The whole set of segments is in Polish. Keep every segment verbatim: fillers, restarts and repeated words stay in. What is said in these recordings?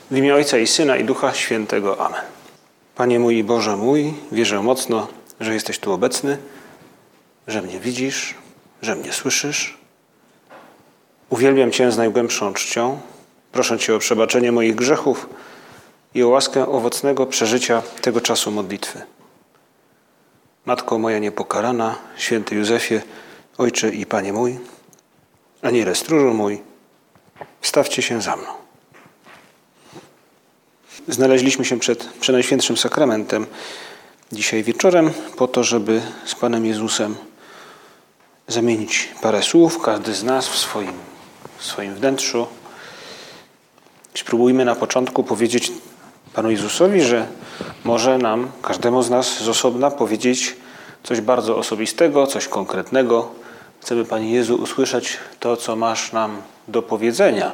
W imię Ojca i Syna i Ducha Świętego. Amen. Panie mój i Boże mój, wierzę mocno, że jesteś tu obecny, że mnie widzisz, że mnie słyszysz. Uwielbiam Cię z najgłębszą czcią. Proszę Cię o przebaczenie moich grzechów i o łaskę owocnego przeżycia tego czasu modlitwy. Matko moja niepokalana, święty Józefie, Ojcze i Panie mój, Aniele stróżu mój, stawcie się za mną. Znaleźliśmy się przed Przenajświętszym Sakramentem dzisiaj wieczorem po to, żeby z Panem Jezusem zamienić parę słów, każdy z nas w swoim, w swoim wnętrzu. Spróbujmy na początku powiedzieć Panu Jezusowi, że może nam, każdemu z nas z osobna powiedzieć coś bardzo osobistego, coś konkretnego. Chcemy, Panie Jezu, usłyszeć to, co masz nam do powiedzenia.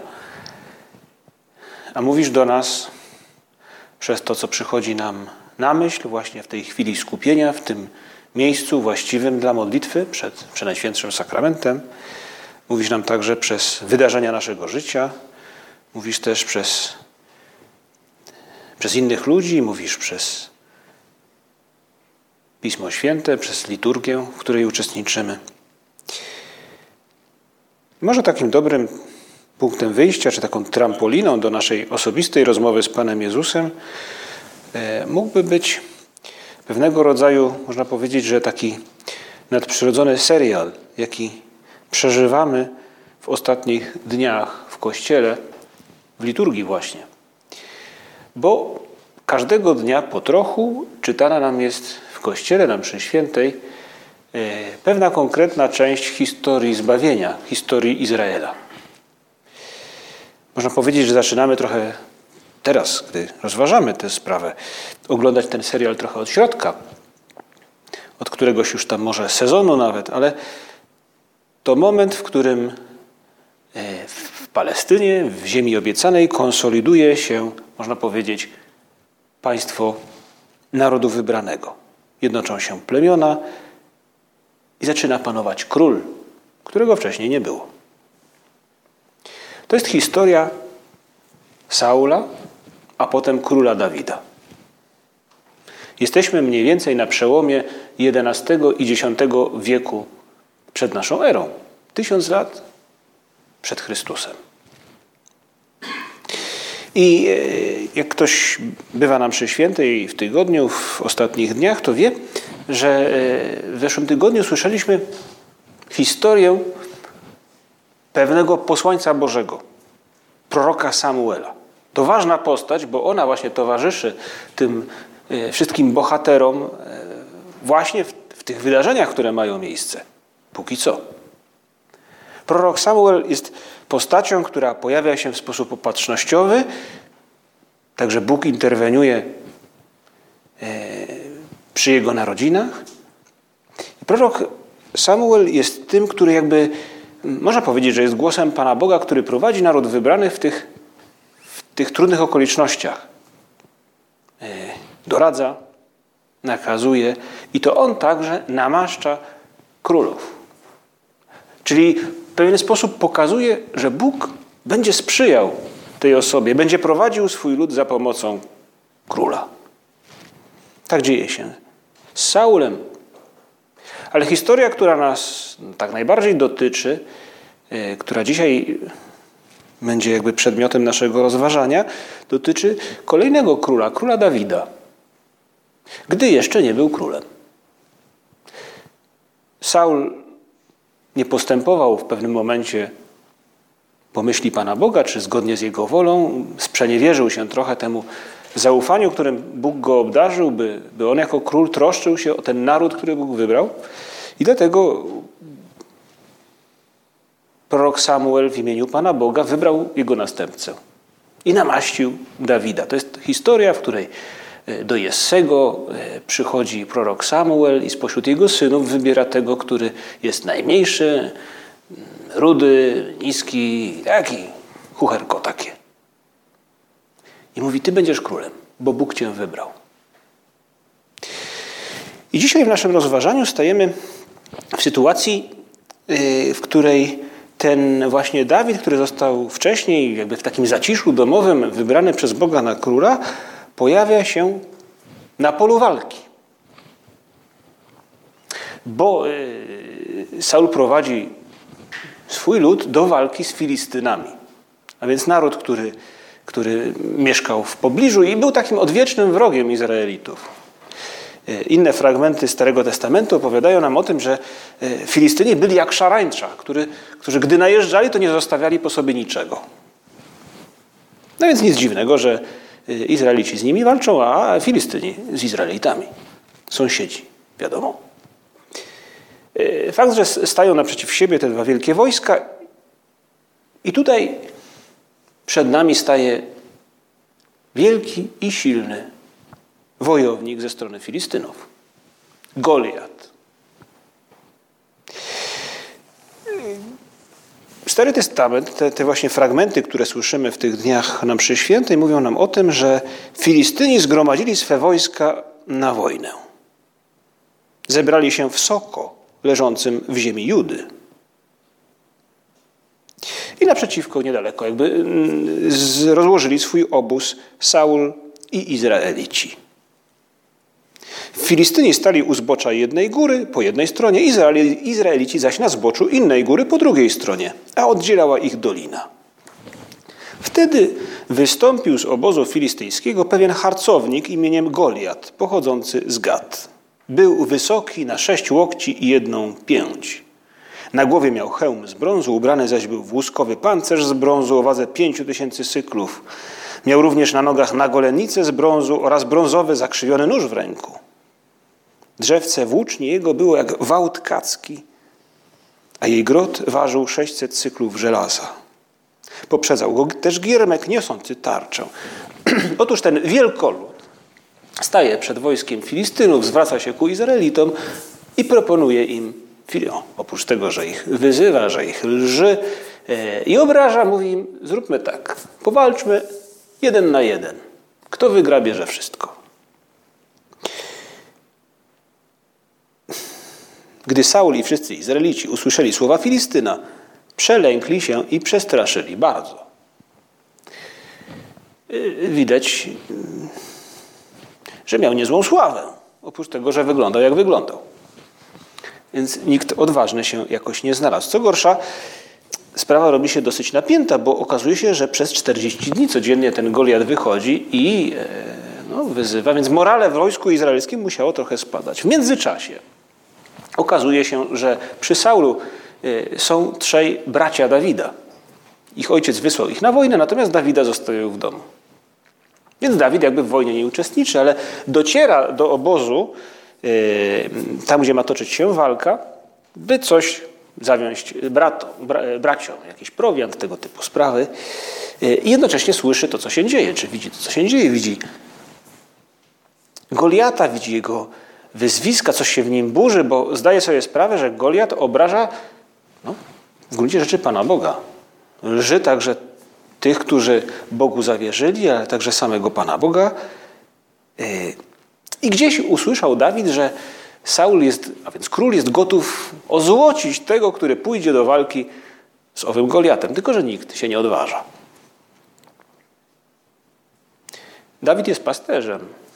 A mówisz do nas przez to, co przychodzi nam na myśl właśnie w tej chwili skupienia, w tym miejscu właściwym dla modlitwy przed Przenajświętszym Sakramentem. Mówisz nam także przez wydarzenia naszego życia. Mówisz też przez, przez innych ludzi, mówisz przez Pismo Święte, przez liturgię, w której uczestniczymy. Może takim dobrym punktem wyjścia, czy taką trampoliną do naszej osobistej rozmowy z Panem Jezusem mógłby być pewnego rodzaju, można powiedzieć, że taki nadprzyrodzony serial, jaki przeżywamy w ostatnich dniach w Kościele, w liturgii właśnie. Bo każdego dnia po trochu czytana nam jest w Kościele, na mszy świętej, pewna konkretna część historii zbawienia, historii Izraela. Można powiedzieć, że zaczynamy trochę teraz, gdy rozważamy tę sprawę, oglądać ten serial trochę od środka, od któregoś już tam może sezonu nawet, ale to moment, w którym w Palestynie, w ziemi obiecanej konsoliduje się, można powiedzieć, państwo narodu wybranego. Jednoczą się plemiona i zaczyna panować król, którego wcześniej nie było. To jest historia Saula, a potem króla Dawida. Jesteśmy mniej więcej na przełomie jedenastego i dziesiątego wieku przed naszą erą. Tysiąc lat przed Chrystusem. I jak ktoś bywa na mszy świętej w tygodniu, w ostatnich dniach, to wie, że w zeszłym tygodniu słyszeliśmy historię pewnego posłańca Bożego, proroka Samuela. To ważna postać, bo ona właśnie towarzyszy tym wszystkim bohaterom właśnie w, w tych wydarzeniach, które mają miejsce. Póki co. Prorok Samuel jest postacią, która pojawia się w sposób opatrznościowy, także Bóg interweniuje przy jego narodzinach. I prorok Samuel jest tym, który jakby, można powiedzieć, że jest głosem Pana Boga, który prowadzi naród wybrany w tych, w tych trudnych okolicznościach. Doradza, nakazuje i to on także namaszcza królów. Czyli w pewien sposób pokazuje, że Bóg będzie sprzyjał tej osobie, będzie prowadził swój lud za pomocą króla. Tak dzieje się z Saulem. Ale historia, która nas tak najbardziej dotyczy, która dzisiaj będzie jakby przedmiotem naszego rozważania, dotyczy kolejnego króla, króla Dawida, gdy jeszcze nie był królem. Saul nie postępował w pewnym momencie po myśli Pana Boga, czy zgodnie z Jego wolą, sprzeniewierzył się trochę temu zaufaniu, którym Bóg go obdarzył, by, by on jako król troszczył się o ten naród, który Bóg wybrał. I dlatego prorok Samuel w imieniu Pana Boga wybrał jego następcę i namaścił Dawida. To jest historia, w której do Jessego przychodzi prorok Samuel i spośród jego synów wybiera tego, który jest najmniejszy, rudy, niski, taki chucherko takie. I mówi, ty będziesz królem, bo Bóg cię wybrał. I dzisiaj w naszym rozważaniu stajemy w sytuacji, w której ten właśnie Dawid, który został wcześniej jakby w takim zaciszu domowym wybrany przez Boga na króla, pojawia się na polu walki. Bo Saul prowadzi swój lud do walki z Filistynami. A więc naród, który, który mieszkał w pobliżu i był takim odwiecznym wrogiem Izraelitów. Inne fragmenty Starego Testamentu opowiadają nam o tym, że Filistyni byli jak szarańcza, który, którzy gdy najeżdżali, to nie zostawiali po sobie niczego. No więc nic dziwnego, że Izraelici z nimi walczą, a Filistyni z Izraelitami. Sąsiedzi, wiadomo. Fakt, że stają naprzeciw siebie te dwa wielkie wojska i tutaj przed nami staje wielki i silny wojownik ze strony Filistynów. Goliat. Stary Testament, te, te właśnie fragmenty, które słyszymy w tych dniach na mszy świętej, mówią nam o tym, że Filistyni zgromadzili swe wojska na wojnę. Zebrali się w Soko, leżącym w ziemi Judy. I naprzeciwko, niedaleko, jakby rozłożyli swój obóz Saul i Izraelici. Filistyni stali u zbocza jednej góry po jednej stronie, Izraelici zaś na zboczu innej góry po drugiej stronie, a oddzielała ich dolina. Wtedy wystąpił z obozu filistyjskiego pewien harcownik imieniem Goliat, pochodzący z Gat. Był wysoki na sześć łokci i jedną pięć. Na głowie miał hełm z brązu, ubrany zaś był w łuskowy pancerz z brązu o wadze pięciu tysięcy cyklów. Miał również na nogach nagolennicę z brązu oraz brązowy zakrzywiony nóż w ręku. Drzewce włóczni jego było jak wał tkacki, a jej grot ważył sześćset cyklów żelaza. Poprzedzał go też giermek niosący tarczę. Otóż ten wielkolud staje przed wojskiem Filistynów, zwraca się ku Izraelitom i proponuje im, o, oprócz tego, że ich wyzywa, że ich lży e, i obraża, mówi im, zróbmy tak, powalczmy jeden na jeden. Kto wygra, bierze wszystko. Gdy Saul i wszyscy Izraelici usłyszeli słowa Filistyna, przelękli się i przestraszyli bardzo. Widać, że miał niezłą sławę, oprócz tego, że wyglądał jak wyglądał. Więc nikt odważny się jakoś nie znalazł. Co gorsza, sprawa robi się dosyć napięta, bo okazuje się, że przez czterdzieści dni codziennie ten Goliat wychodzi i no, wyzywa, więc morale w wojsku izraelskim musiało trochę spadać. W międzyczasie okazuje się, że przy Saulu są trzej bracia Dawida. Ich ojciec wysłał ich na wojnę, natomiast Dawida zostawił w domu. Więc Dawid jakby w wojnie nie uczestniczy, ale dociera do obozu, tam gdzie ma toczyć się walka, by coś zawieźć brato, bra, braciom, jakiś prowiant, tego typu sprawy. I jednocześnie słyszy to, co się dzieje. Czy widzi to, co się dzieje? Widzi Goliata, widzi jego wyzwiska, coś się w nim burzy, bo zdaje sobie sprawę, że Goliat obraża no, w gruncie rzeczy Pana Boga. Lży także tych, którzy Bogu zawierzyli, ale także samego Pana Boga. I gdzieś usłyszał Dawid, że Saul jest, a więc król jest gotów ozłocić tego, który pójdzie do walki z owym Goliatem, tylko że nikt się nie odważa. Dawid jest pasterzem.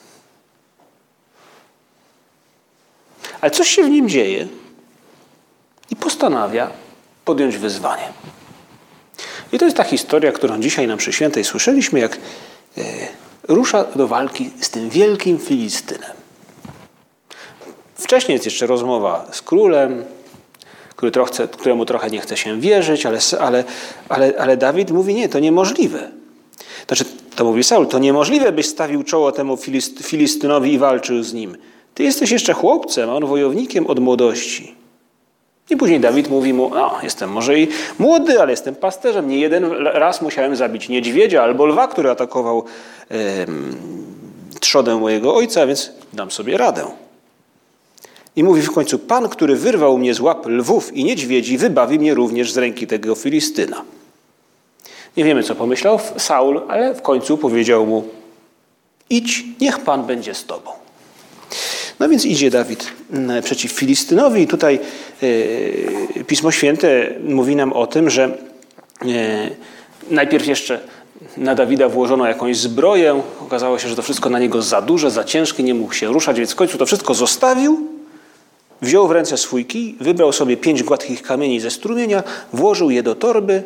Ale coś się w nim dzieje i postanawia podjąć wyzwanie. I to jest ta historia, którą dzisiaj na mszy świętej słyszeliśmy, jak e, rusza do walki z tym wielkim Filistynem. Wcześniej jest jeszcze rozmowa z królem, który trochę, któremu trochę nie chce się wierzyć, ale, ale, ale, ale Dawid mówi, nie, to niemożliwe. Znaczy, to mówi Saul, to niemożliwe, byś stawił czoło temu Filist, Filistynowi i walczył z nim. Ty jesteś jeszcze chłopcem, a on wojownikiem od młodości. I później Dawid mówi mu, no, jestem może i młody, ale jestem pasterzem. Nie jeden raz musiałem zabić niedźwiedzia albo lwa, który atakował e, trzodę mojego ojca, więc dam sobie radę. I mówi w końcu, Pan, który wyrwał mnie z łap lwów i niedźwiedzi, wybawi mnie również z ręki tego Filistyna. Nie wiemy, co pomyślał Saul, ale w końcu powiedział mu, idź, niech Pan będzie z tobą. No więc idzie Dawid przeciw Filistynowi i tutaj Pismo Święte mówi nam o tym, że najpierw jeszcze na Dawida włożono jakąś zbroję. Okazało się, że to wszystko na niego za duże, za ciężkie, nie mógł się ruszać, więc w końcu to wszystko zostawił. Wziął w ręce swój kij, wybrał sobie pięć gładkich kamieni ze strumienia, włożył je do torby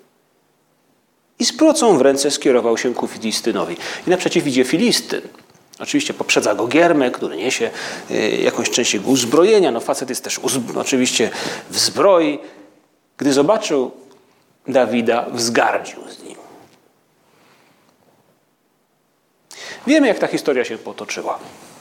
i z procą w ręce skierował się ku Filistynowi. I naprzeciw idzie Filistyn. Oczywiście poprzedza go Giermę, który niesie jakąś część jego uzbrojenia. No facet jest też uzb- oczywiście w zbroi. Gdy zobaczył Dawida, wzgardził z nim. Wiemy, jak ta historia się potoczyła.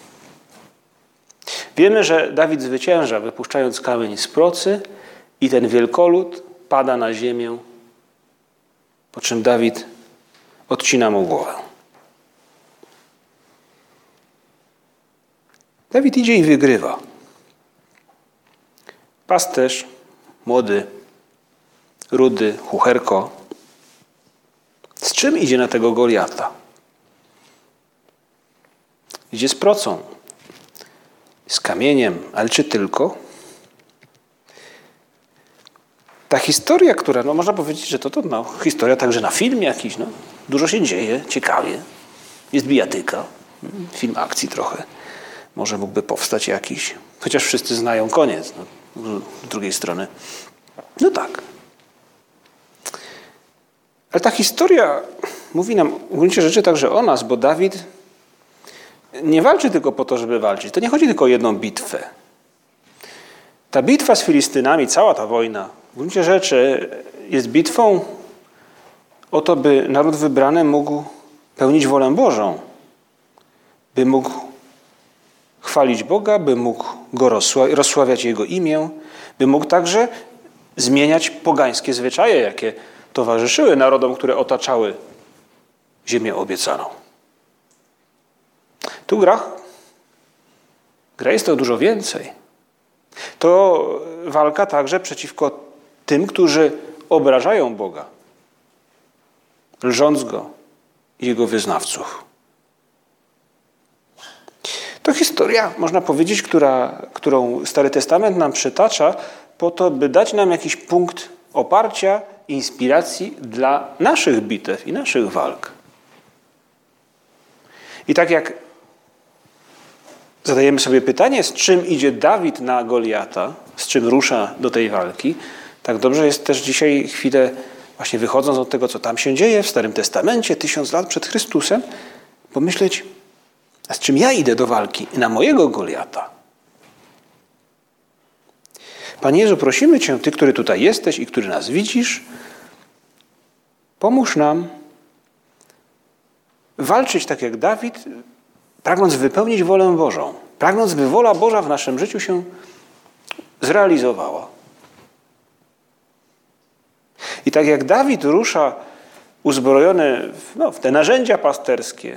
Wiemy, że Dawid zwycięża, wypuszczając kamień z procy i ten wielkolud pada na ziemię, po czym Dawid odcina mu głowę. Dawid idzie i wygrywa. Pasterz, młody, rudy, chucherko. Z czym idzie na tego Goliata? Idzie z procą, z kamieniem, ale czy tylko? Ta historia, która, no można powiedzieć, że to, to no, historia także na film jakiś, no. Dużo się dzieje, ciekawie. Jest bijatyka, film akcji trochę. Może mógłby powstać jakiś, chociaż wszyscy znają koniec, no, z drugiej strony. No tak. Ale ta historia mówi nam w gruncie rzeczy także o nas, bo Dawid nie walczy tylko po to, żeby walczyć. To nie chodzi tylko o jedną bitwę. Ta bitwa z Filistynami, cała ta wojna, w gruncie rzeczy jest bitwą o to, by naród wybrany mógł pełnić wolę Bożą. By mógł chwalić Boga, by mógł Go rozsławiać Jego imię, by mógł także zmieniać pogańskie zwyczaje, jakie towarzyszyły narodom, które otaczały ziemię obiecaną. Tu gra, gra jest to dużo więcej. To walka także przeciwko tym, którzy obrażają Boga, lżąc Go i Jego wyznawców. To historia, można powiedzieć, która, którą Stary Testament nam przytacza po to, by dać nam jakiś punkt oparcia, inspiracji dla naszych bitew i naszych walk. I tak jak zadajemy sobie pytanie, z czym idzie Dawid na Goliata, z czym rusza do tej walki, tak dobrze jest też dzisiaj chwilę, właśnie wychodząc od tego, co tam się dzieje w Starym Testamencie, tysiąc lat przed Chrystusem, pomyśleć, a z czym ja idę do walki na mojego Goliata. Panie Jezu, prosimy Cię, Ty, który tutaj jesteś i który nas widzisz, pomóż nam walczyć tak jak Dawid, pragnąc wypełnić wolę Bożą, pragnąc, by wola Boża w naszym życiu się zrealizowała. I tak jak Dawid rusza uzbrojony w, no, w te narzędzia pasterskie,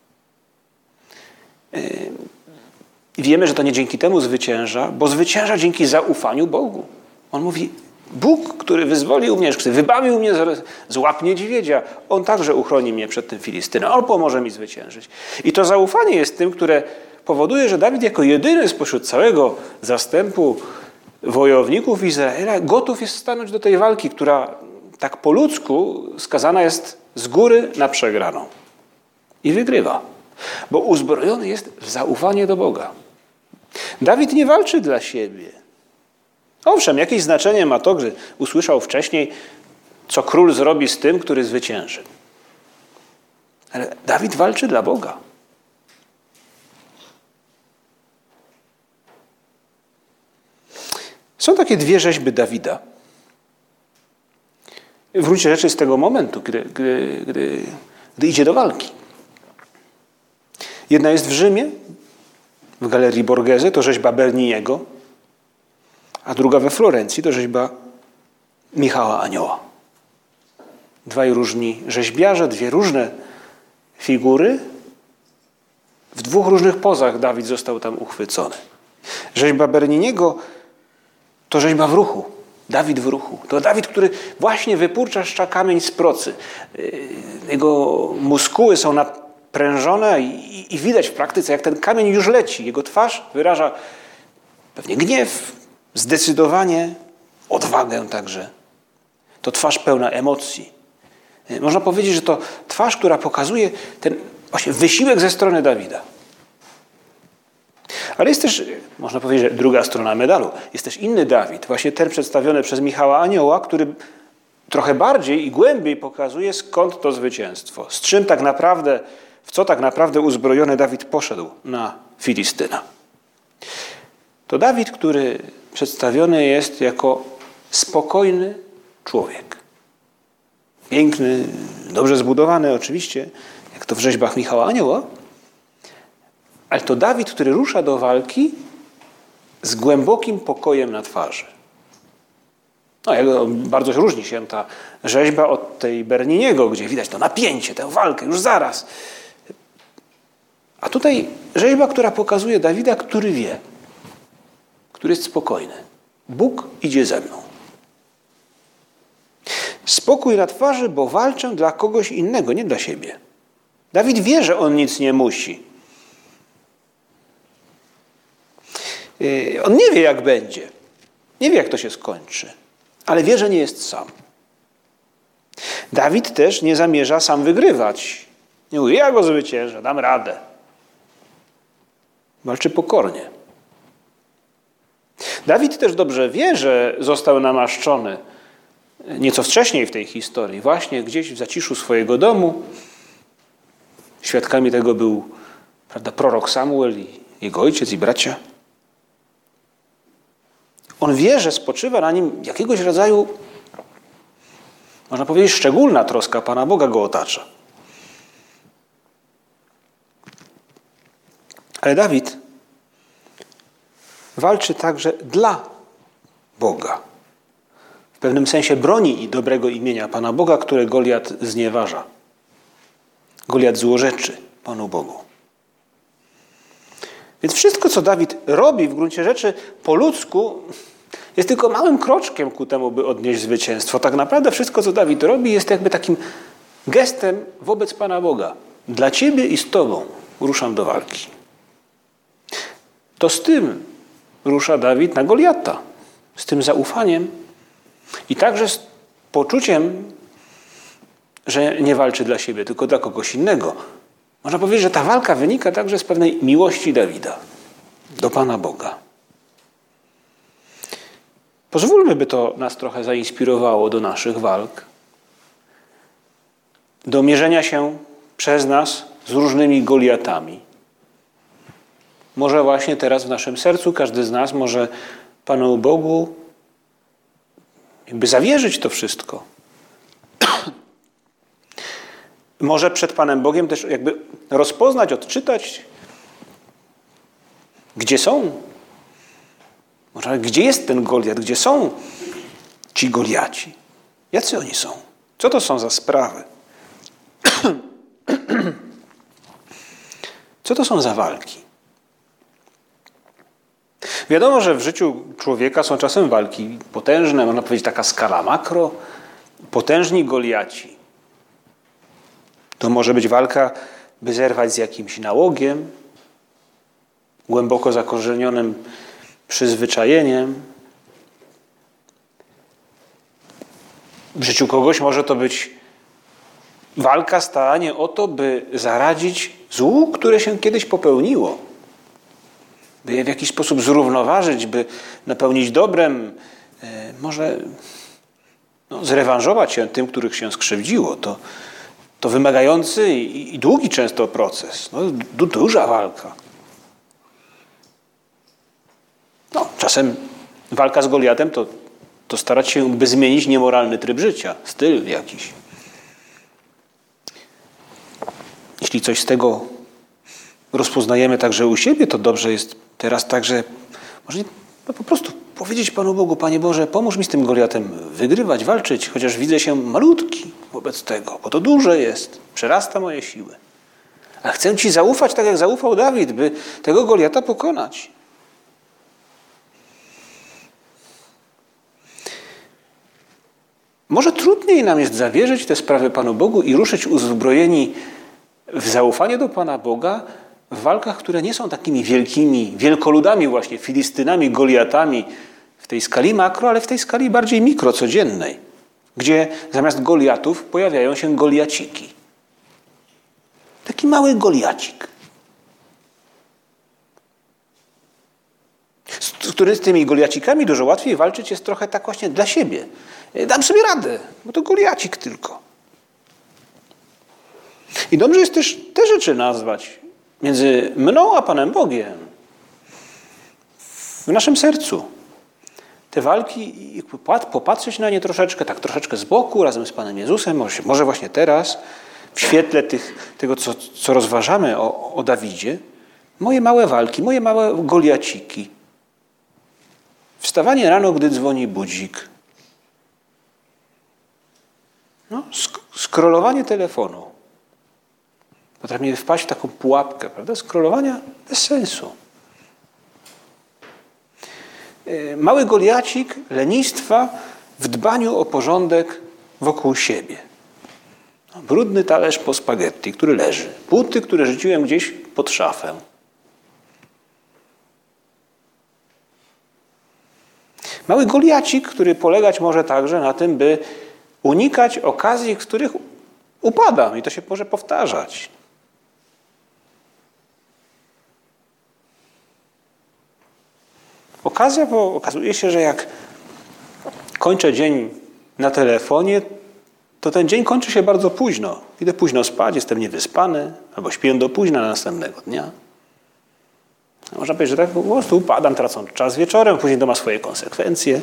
yy, wiemy, że to nie dzięki temu zwycięża, bo zwycięża dzięki zaufaniu Bogu. On mówi, Bóg, który wyzwolił mnie, który wybawił mnie z łap niedźwiedzia, On także uchroni mnie przed tym Filistynem. On pomoże mi zwyciężyć. I to zaufanie jest tym, które powoduje, że Dawid jako jedyny spośród całego zastępu wojowników Izraela gotów jest stanąć do tej walki, która tak po ludzku skazana jest z góry na przegraną. I wygrywa. Bo uzbrojony jest w zaufanie do Boga. Dawid nie walczy dla siebie. Owszem, jakieś znaczenie ma to, gdy usłyszał wcześniej, co król zrobi z tym, który zwycięży. Ale Dawid walczy dla Boga. Są takie dwie rzeźby Dawida. W gruncie rzeczy z tego momentu, gdy, gdy, gdy, gdy idzie do walki. Jedna jest w Rzymie, w Galerii Borghese, to rzeźba Berniniego, a druga we Florencji, to rzeźba Michała Anioła. Dwaj różni rzeźbiarze, dwie różne figury. W dwóch różnych pozach Dawid został tam uchwycony. Rzeźba Berniniego to rzeźba w ruchu. Dawid w ruchu. To Dawid, który właśnie wypurczaszcza kamień z procy. Jego muskuły są sprężona i, i widać w praktyce, jak ten kamień już leci. Jego twarz wyraża pewnie gniew, zdecydowanie, odwagę także. To twarz pełna emocji. Można powiedzieć, że to twarz, która pokazuje ten właśnie wysiłek ze strony Dawida. Ale jest też, można powiedzieć, że druga strona medalu. Jest też inny Dawid, właśnie ten przedstawiony przez Michała Anioła, który trochę bardziej i głębiej pokazuje, skąd to zwycięstwo. Z czym tak naprawdę, w co tak naprawdę uzbrojony Dawid poszedł na Filistyna. To Dawid, który przedstawiony jest jako spokojny człowiek. Piękny, dobrze zbudowany oczywiście, jak to w rzeźbach Michała Anioła, ale to Dawid, który rusza do walki z głębokim pokojem na twarzy. No, bardzo różni się ta rzeźba od tej Berniniego, gdzie widać to napięcie, tę walkę, już zaraz. A tutaj rzeźba, która pokazuje Dawida, który wie, który jest spokojny. Bóg idzie ze mną. Spokój na twarzy, bo walczę dla kogoś innego, nie dla siebie. Dawid wie, że on nic nie musi. On nie wie, jak będzie. Nie wie, jak to się skończy. Ale wie, że nie jest sam. Dawid też nie zamierza sam wygrywać. Nie mówi, ja go zwyciężę, dam radę. Walczy pokornie. Dawid też dobrze wie, że został namaszczony nieco wcześniej w tej historii, właśnie gdzieś w zaciszu swojego domu. Świadkami tego był, prawda, prorok Samuel i jego ojciec i bracia. On wie, że spoczywa na nim jakiegoś rodzaju, można powiedzieć, szczególna troska Pana Boga go otacza. Ale Dawid walczy także dla Boga. W pewnym sensie broni i dobrego imienia Pana Boga, które Goliat znieważa. Goliat złorzeczy Panu Bogu. Więc wszystko, co Dawid robi w gruncie rzeczy po ludzku, jest tylko małym kroczkiem ku temu, by odnieść zwycięstwo. Tak naprawdę wszystko, co Dawid robi, jest jakby takim gestem wobec Pana Boga. Dla Ciebie i z Tobą ruszam do walki. To z tym rusza Dawid na Goliata. Z tym zaufaniem i także z poczuciem, że nie walczy dla siebie, tylko dla kogoś innego. Można powiedzieć, że ta walka wynika także z pewnej miłości Dawida do Pana Boga. Pozwólmy, by to nas trochę zainspirowało do naszych walk, do mierzenia się przez nas z różnymi Goliatami. Może właśnie teraz w naszym sercu każdy z nas może Panu Bogu jakby zawierzyć to wszystko. Może przed Panem Bogiem też jakby rozpoznać, odczytać, gdzie są. Może gdzie jest ten Goliat, gdzie są ci Goliaci. Jacy oni są? Co to są za sprawy? Co to są za walki? Wiadomo, że w życiu człowieka są czasem walki potężne, można powiedzieć taka skala makro, potężni Goliaci. To może być walka, by zerwać z jakimś nałogiem, głęboko zakorzenionym przyzwyczajeniem. W życiu kogoś może to być walka, staranie o to, by zaradzić złu, które się kiedyś popełniło. By je w jakiś sposób zrównoważyć, by napełnić dobrem, może no, zrewanżować się tym, których się skrzywdziło. To, to wymagający i, i długi często proces. No, du, duża walka. No, czasem walka z Goliatem to, to starać się, by zmienić niemoralny tryb życia, styl jakiś. Jeśli coś z tego rozpoznajemy także u siebie, to dobrze jest teraz także może no po prostu powiedzieć Panu Bogu, Panie Boże, pomóż mi z tym Goliatem wygrywać, walczyć, chociaż widzę się malutki wobec tego, bo to duże jest, przerasta moje siły. A chcę Ci zaufać tak, jak zaufał Dawid, by tego Goliata pokonać. Może trudniej nam jest zawierzyć te sprawy Panu Bogu i ruszyć uzbrojeni w zaufanie do Pana Boga w walkach, które nie są takimi wielkimi, wielkoludami właśnie, Filistynami, Goliatami w tej skali makro, ale w tej skali bardziej mikro, codziennej, gdzie zamiast Goliatów pojawiają się Goliaciki. Taki mały Goliacik, z którym z tymi Goliacikami dużo łatwiej walczyć jest trochę tak właśnie dla siebie. Dam sobie radę, bo to Goliacik tylko. I dobrze jest też te rzeczy nazwać między mną a Panem Bogiem w naszym sercu. Te walki i popatrzeć na nie troszeczkę, tak troszeczkę z boku, razem z Panem Jezusem, może, może właśnie teraz, w świetle tych, tego, co, co rozważamy o, o Dawidzie, moje małe walki, moje małe Goliaciki. Wstawanie rano, gdy dzwoni budzik. No, sk- skrolowanie telefonu. Potrafimy wpaść w taką pułapkę, prawda? Skrolowania bez sensu. Mały Goliacik lenistwa w dbaniu o porządek wokół siebie. Brudny talerz po spaghetti, który leży. Buty, które rzuciłem gdzieś pod szafę. Mały Goliacik, który polegać może także na tym, by unikać okazji, w których upadam i to się może powtarzać. Okazja, bo okazuje się, że jak kończę dzień na telefonie, to ten dzień kończy się bardzo późno. Idę późno spać, jestem niewyspany, albo śpię do późna następnego dnia. Można powiedzieć, że tak po prostu upadam, tracąc czas wieczorem, później to ma swoje konsekwencje.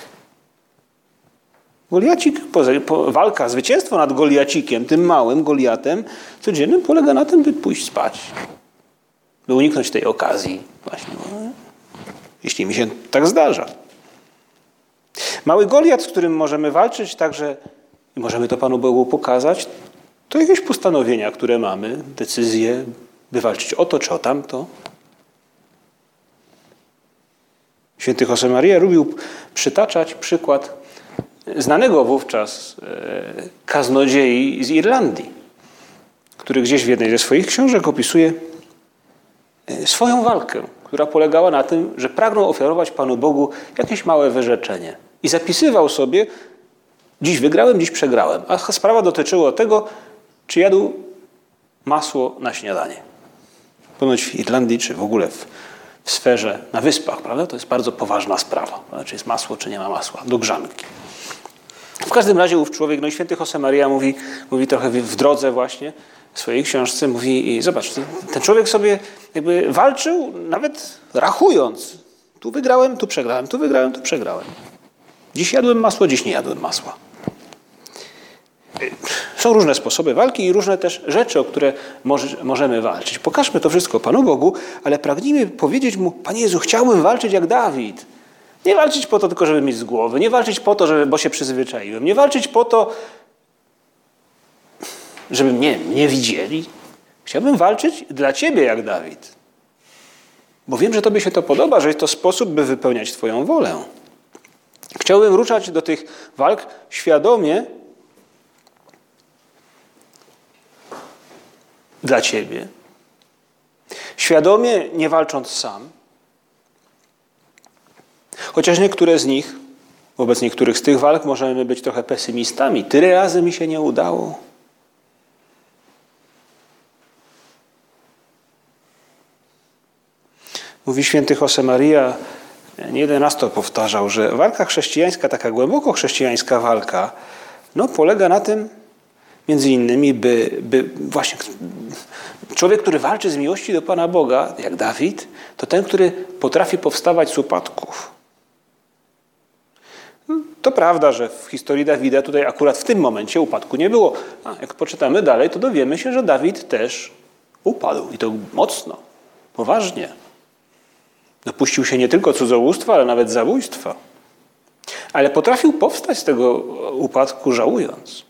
Goliacik, walka, zwycięstwo nad Goliacikiem, tym małym Goliatem codziennym polega na tym, by pójść spać. By uniknąć tej okazji. Właśnie, no, jeśli mi się tak zdarza. Mały Goliat, z którym możemy walczyć także i możemy to Panu Bogu pokazać, to jakieś postanowienia, które mamy, decyzje, by walczyć o to czy o tamto. Święty Josemaria lubił przytaczać przykład znanego wówczas kaznodziei z Irlandii, który gdzieś w jednej ze swoich książek opisuje swoją walkę, która polegała na tym, że pragnął ofiarować Panu Bogu jakieś małe wyrzeczenie. I zapisywał sobie, dziś wygrałem, dziś przegrałem. A sprawa dotyczyła tego, czy jadł masło na śniadanie. Ponoć w Irlandii, czy w ogóle w, w sferze na wyspach, prawda? To jest bardzo poważna sprawa. Prawda? Czy jest masło, czy nie ma masła. Do grzanki. W każdym razie ów człowiek, no i święty Josemaria mówi, mówi trochę w drodze właśnie, w swojej książce mówi, i zobacz, ten człowiek sobie jakby walczył, nawet rachując. Tu wygrałem, tu przegrałem, tu wygrałem, tu przegrałem. Dziś jadłem masło, dziś nie jadłem masła. Są różne sposoby walki i różne też rzeczy, o które może, możemy walczyć. Pokażmy to wszystko Panu Bogu, ale pragnijmy powiedzieć Mu, Panie Jezu, chciałbym walczyć jak Dawid. Nie walczyć po to tylko, żeby mieć z głowy. Nie walczyć po to, żeby, bo się przyzwyczaiłem. Nie walczyć po to, żeby mnie nie widzieli. Chciałbym walczyć dla Ciebie jak Dawid. Bo wiem, że Tobie się to podoba, że jest to sposób, by wypełniać Twoją wolę. Chciałbym ruszać do tych walk świadomie dla Ciebie. Świadomie nie walcząc sam. Chociaż niektóre z nich, wobec niektórych z tych walk możemy być trochę pesymistami. Tyle razy mi się nie udało. Mówi święty Josemaria, nie jeden raz to powtarzał, że walka chrześcijańska, taka głęboko chrześcijańska walka, no polega na tym, między innymi, by, by właśnie człowiek, który walczy z miłości do Pana Boga, jak Dawid, to ten, który potrafi powstawać z upadków. To prawda, że w historii Dawida tutaj akurat w tym momencie upadku nie było. A jak poczytamy dalej, to dowiemy się, że Dawid też upadł. I to mocno, poważnie. Dopuścił się nie tylko cudzołóstwa, ale nawet zabójstwa. Ale potrafił powstać z tego upadku żałując.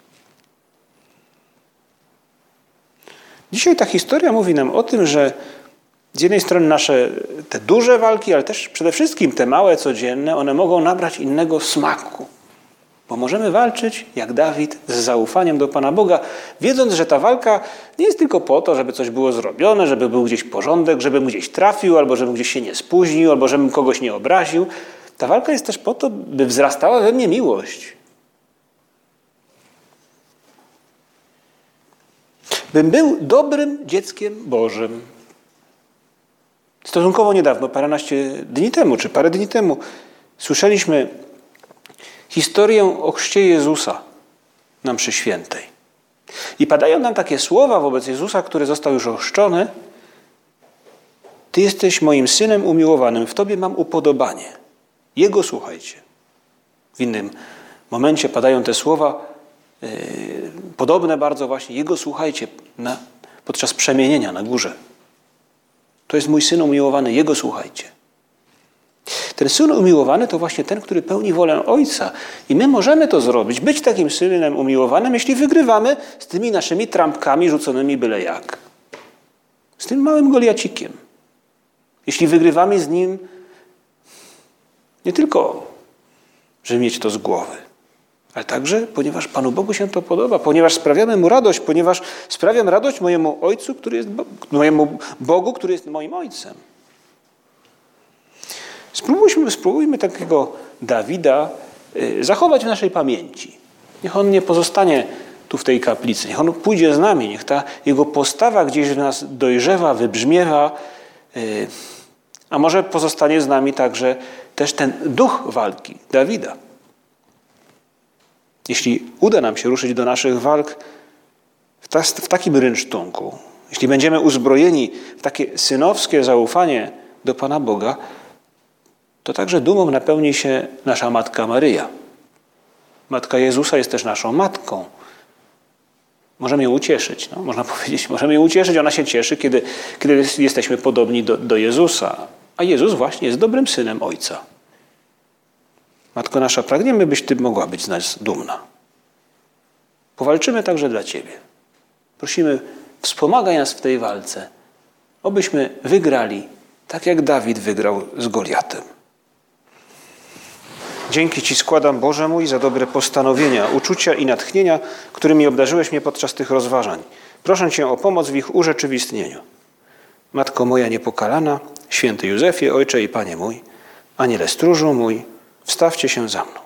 Dzisiaj ta historia mówi nam o tym, że z jednej strony nasze te duże walki, ale też przede wszystkim te małe, codzienne, one mogą nabrać innego smaku. Bo możemy walczyć, jak Dawid, z zaufaniem do Pana Boga, wiedząc, że ta walka nie jest tylko po to, żeby coś było zrobione, żeby był gdzieś porządek, żebym gdzieś trafił, albo żebym gdzieś się nie spóźnił, albo żebym kogoś nie obraził. Ta walka jest też po to, by wzrastała we mnie miłość. Bym był dobrym dzieckiem Bożym. Stosunkowo niedawno, paręnaście dni temu, czy parę dni temu, słyszeliśmy historię o chrzcie Jezusa na mszy świętej. I padają nam takie słowa wobec Jezusa, który został już ochrzczony. Ty jesteś moim Synem umiłowanym, w Tobie mam upodobanie. Jego słuchajcie. W innym momencie padają te słowa yy, podobne bardzo właśnie. Jego słuchajcie na, podczas przemienienia na górze. To jest mój Syn umiłowany, Jego słuchajcie. Ten Syn umiłowany to właśnie ten, który pełni wolę Ojca. I my możemy to zrobić, być takim Synem umiłowanym, jeśli wygrywamy z tymi naszymi trampkami rzuconymi byle jak. Z tym małym Goliacikiem. Jeśli wygrywamy z nim nie tylko, żeby mieć to z głowy, ale także, ponieważ Panu Bogu się to podoba, ponieważ sprawiamy Mu radość, ponieważ sprawiam radość mojemu Ojcu, który jest, mojemu Bogu, który jest moim Ojcem. Spróbujmy, spróbujmy takiego Dawida zachować w naszej pamięci. Niech on nie pozostanie tu w tej kaplicy, niech on pójdzie z nami, niech ta jego postawa gdzieś w nas dojrzewa, wybrzmiewa, a może pozostanie z nami także też ten duch walki Dawida. Jeśli uda nam się ruszyć do naszych walk w, ta, w takim rynsztunku, jeśli będziemy uzbrojeni w takie synowskie zaufanie do Pana Boga, to także dumą napełni się nasza Matka Maryja. Matka Jezusa jest też naszą matką. Możemy ją ucieszyć, no, można powiedzieć, możemy ją ucieszyć. Ona się cieszy, kiedy, kiedy jesteśmy podobni do, do Jezusa. A Jezus właśnie jest dobrym Synem Ojca. Matko nasza, pragniemy, byś Ty mogła być z nas dumna. Powalczymy także dla Ciebie. Prosimy, wspomagaj nas w tej walce, obyśmy wygrali, tak jak Dawid wygrał z Goliatem. Dzięki Ci składam, Boże mój, za dobre postanowienia, uczucia i natchnienia, którymi obdarzyłeś mnie podczas tych rozważań. Proszę Cię o pomoc w ich urzeczywistnieniu. Matko moja niepokalana, święty Józefie, Ojcze i Panie mój, Aniele stróżu mój, wstawcie się za mną.